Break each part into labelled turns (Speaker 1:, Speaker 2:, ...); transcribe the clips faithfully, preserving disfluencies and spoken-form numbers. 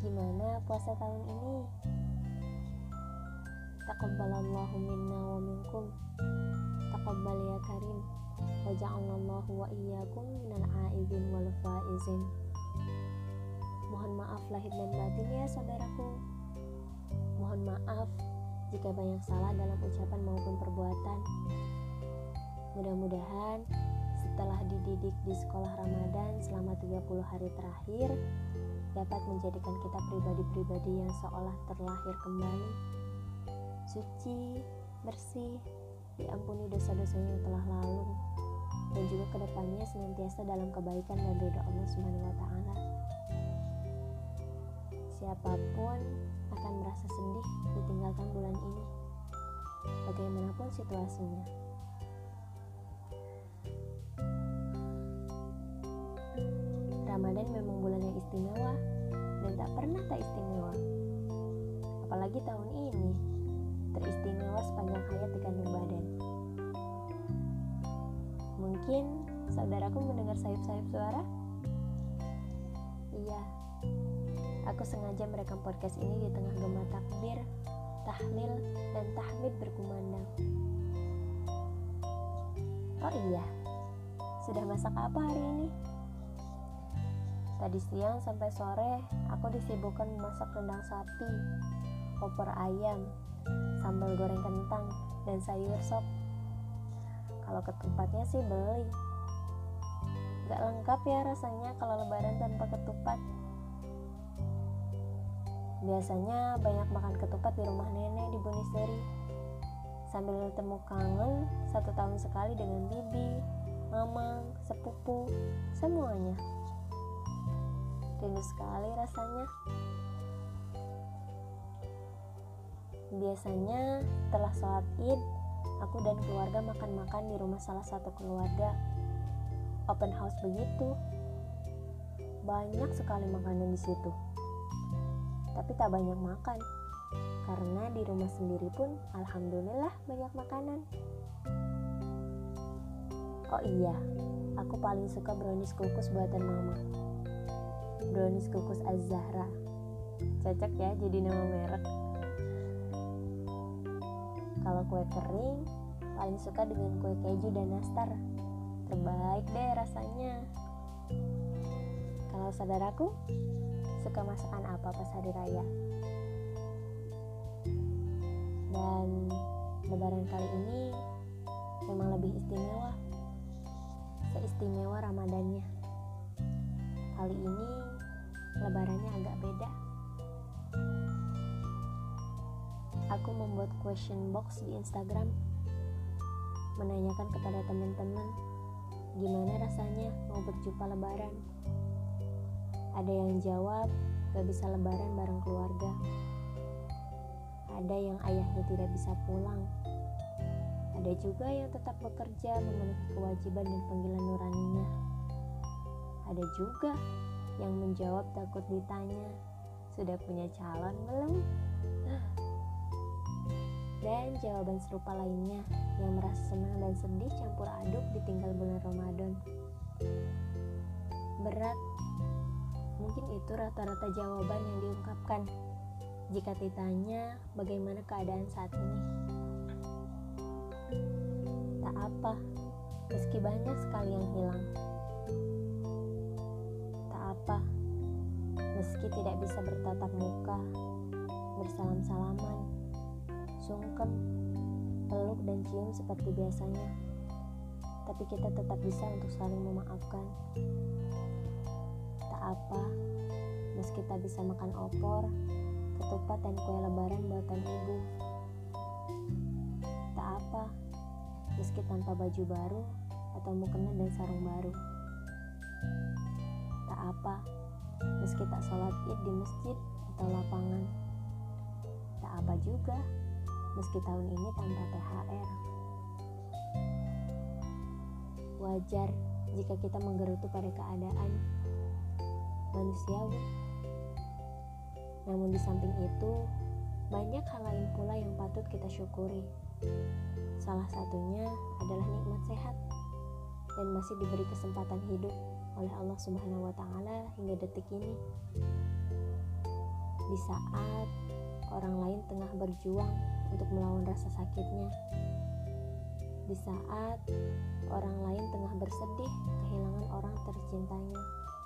Speaker 1: Gimana puasa tahun ini? Taqabbalallahu minna wa minkum. Taqabbal ya karim. Wa ja'alallahu wa iyyakum minal aidin wal faizin. Mohon maaf lahir dan batin ya saudaraku. Mohon maaf jika banyak salah dalam ucapan maupun perbuatan. Mudah-mudahan setelah dididik di sekolah Ramadan selama tiga puluh hari terakhir dapat menjadikan kita pribadi-pribadi yang seolah terlahir kembali, suci, bersih, diampuni dosa-dosanya yang telah lalu, dan juga kedepannya senantiasa dalam kebaikan dan ridha Allah Subhanahu wa Ta'ala. Siapapun akan merasa sedih ditinggalkan bulan ini, bagaimanapun situasinya. Ramadan memang bulan yang istimewa dan tak pernah tak istimewa. Apalagi tahun ini teristimewa sepanjang hayat di kandung badan. Mungkin saudaraku mendengar sayup-sayup suara? Iya, aku sengaja merekam podcast ini di tengah gema takbir, tahlil, dan tahmid berkumandang. Oh iya, sudah masak apa hari ini? Tadi siang sampai sore aku disibukkan memasak rendang sapi, opor ayam, sambal goreng kentang, dan sayur sop. Kalau ketupatnya sih beli. Gak lengkap ya rasanya kalau lebaran tanpa ketupat. Biasanya banyak makan ketupat di rumah nenek di Buniseri, sambil temu kangen satu tahun sekali dengan bibi, mamang, sepupu, semuanya. Rindu sekali rasanya. Biasanya setelah sholat id, aku dan keluarga makan-makan di rumah salah satu keluarga. Open house begitu. Banyak sekali makanan di situ. Tapi tak banyak makan, karena di rumah sendiri pun alhamdulillah banyak makanan. Oh iya, aku paling suka brownies kukus buatan mama. Brownies kukus Az-Zahra. Cocok ya jadi nama merek. Kalau kue kering, paling suka dengan kue keju dan nastar. Terbaik deh rasanya. Kalau saudaraku, suka masakan apa pas hari raya? Dan lebaran kali ini memang lebih istimewa. Seistimewa Ramadannya. Kali ini lebarannya agak beda. Aku membuat question box di Instagram, menanyakan kepada teman-teman gimana rasanya mau berjumpa lebaran. Ada yang jawab gak bisa lebaran bareng keluarga. Ada yang ayahnya tidak bisa pulang. Ada juga yang tetap bekerja memenuhi kewajiban dan panggilan nuraninya. Ada juga yang menjawab takut ditanya, sudah punya calon belum? Dan jawaban serupa lainnya yang merasa senang dan sedih campur aduk ditinggal bulan Ramadan. Berat, mungkin itu rata-rata jawaban yang diungkapkan jika ditanya bagaimana keadaan saat ini. Tak apa, meski banyak sekali yang hilang. Tak apa, meski tidak bisa bertatap muka, bersalam-salaman, sungkem, peluk dan cium seperti biasanya. Tapi kita tetap bisa untuk saling memaafkan. Tak apa, meski tak bisa makan opor, ketupat dan kue lebaran buatan ibu. Tak apa, meski tanpa baju baru atau mukena dan sarung baru. Tak apa, meski tak sholat id di masjid atau lapangan. Tak apa juga, meski tahun ini tanpa T H R. Wajar jika kita menggerutu pada keadaan manusiawi. Namun di samping itu, banyak hal lain pula yang patut kita syukuri. Salah satunya adalah nikmat sehat dan masih diberi kesempatan hidup oleh Allah Subhanahu wa Ta'ala hingga detik ini. Di saat orang lain tengah berjuang untuk melawan rasa sakitnya. Di saat orang lain tengah bersedih kehilangan orang tercintanya.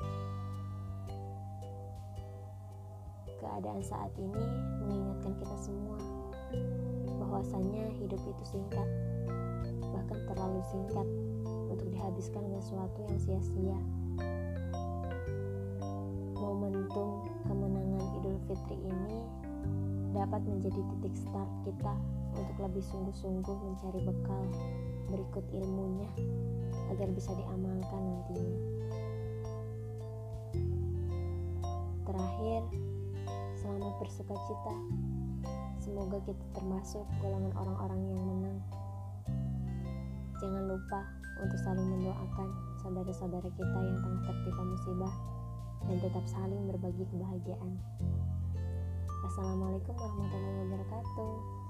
Speaker 1: Keadaan saat ini mengingatkan kita semua bahwasannya hidup itu singkat, bahkan terlalu singkat untuk dihabiskan dengan sesuatu yang sia-sia. Momentum kemenangan Idul Fitri ini dapat menjadi titik start kita untuk lebih sungguh-sungguh mencari bekal berikut ilmunya agar bisa diamalkan nantinya. Terakhir, selamat bersukacita. Semoga kita termasuk golongan orang-orang yang menang. Jangan lupa untuk saling mendoakan saudara-saudara kita yang tengah tertimpa musibah dan tetap saling berbagi kebahagiaan. Assalamualaikum warahmatullahi wabarakatuh.